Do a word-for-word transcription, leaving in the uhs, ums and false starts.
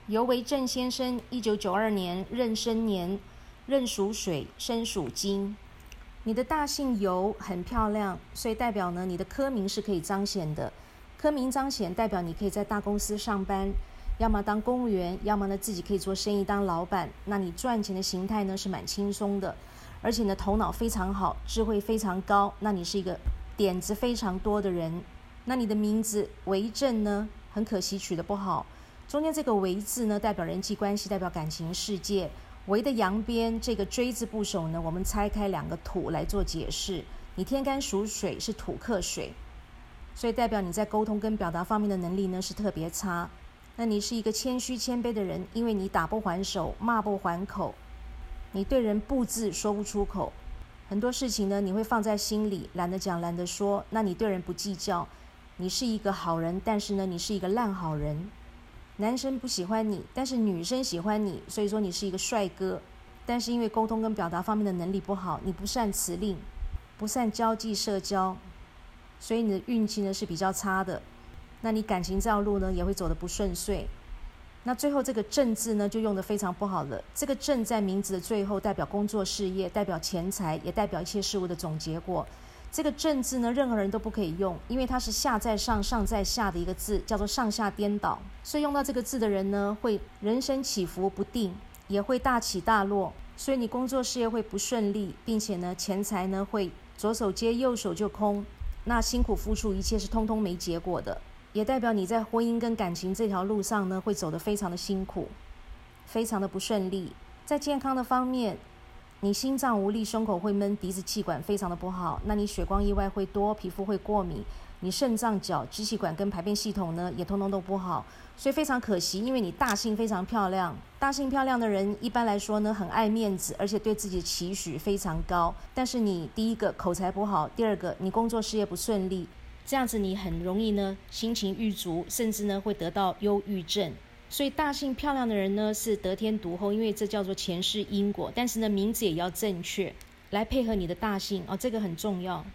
尤为正先生一九九二年壬申年，壬属水，申属金。你的大姓尤很漂亮，所以代表呢你的科名是可以彰显的。科名彰显代表你可以在大公司上班，要么当公务员，要么呢自己可以做生意当老板。那你赚钱的形态呢是蛮轻松的，而且呢头脑非常好，智慧非常高，那你是一个点子非常多的人。那你的名字为正呢，很可惜取得不好。中间这个为字呢，代表人际关系，代表感情世界。为的阳边这个锥字部首呢，我们拆开两个土来做解释。你天干属水，是土克水，所以代表你在沟通跟表达方面的能力呢是特别差。那你是一个谦虚谦卑的人，因为你打不还手，骂不还口，你对人不字说不出口，很多事情呢你会放在心里，懒得讲懒得说。那你对人不计较，你是一个好人，但是呢你是一个烂好人。男生不喜欢你，但是女生喜欢你，所以说你是一个帅哥。但是因为沟通跟表达方面的能力不好，你不善辞令，不善交际社交，所以你的运气呢是比较差的。那你感情这条路呢也会走得不顺遂。那最后这个正字呢就用得非常不好了。这个正在名字的最后，代表工作事业，代表钱财，也代表一切事物的总结果。这个正字呢任何人都不可以用，因为它是下在上上在下的一个字，叫做上下颠倒。所以用到这个字的人呢会人生起伏不定，也会大起大落，所以你工作事业会不顺利，并且呢钱财呢会左手接右手就空，那辛苦付出一切是通通没结果的。也代表你在婚姻跟感情这条路上呢会走得非常的辛苦，非常的不顺利。在健康的方面，你心脏无力，胸口会闷，鼻子气管非常的不好。那你血光意外会多，皮肤会过敏，你肾脏脚支气管跟排便系统呢也通通都不好。所以非常可惜，因为你大姓非常漂亮，大姓漂亮的人一般来说呢很爱面子，而且对自己的期许非常高。但是你第一个口才不好，第二个你工作事业不顺利，这样子你很容易呢心情郁卒，甚至呢会得到忧郁症。所以大姓漂亮的人呢是得天独厚，因为这叫做前世因果。但是呢名字也要正确，来配合你的大姓哦，这个很重要。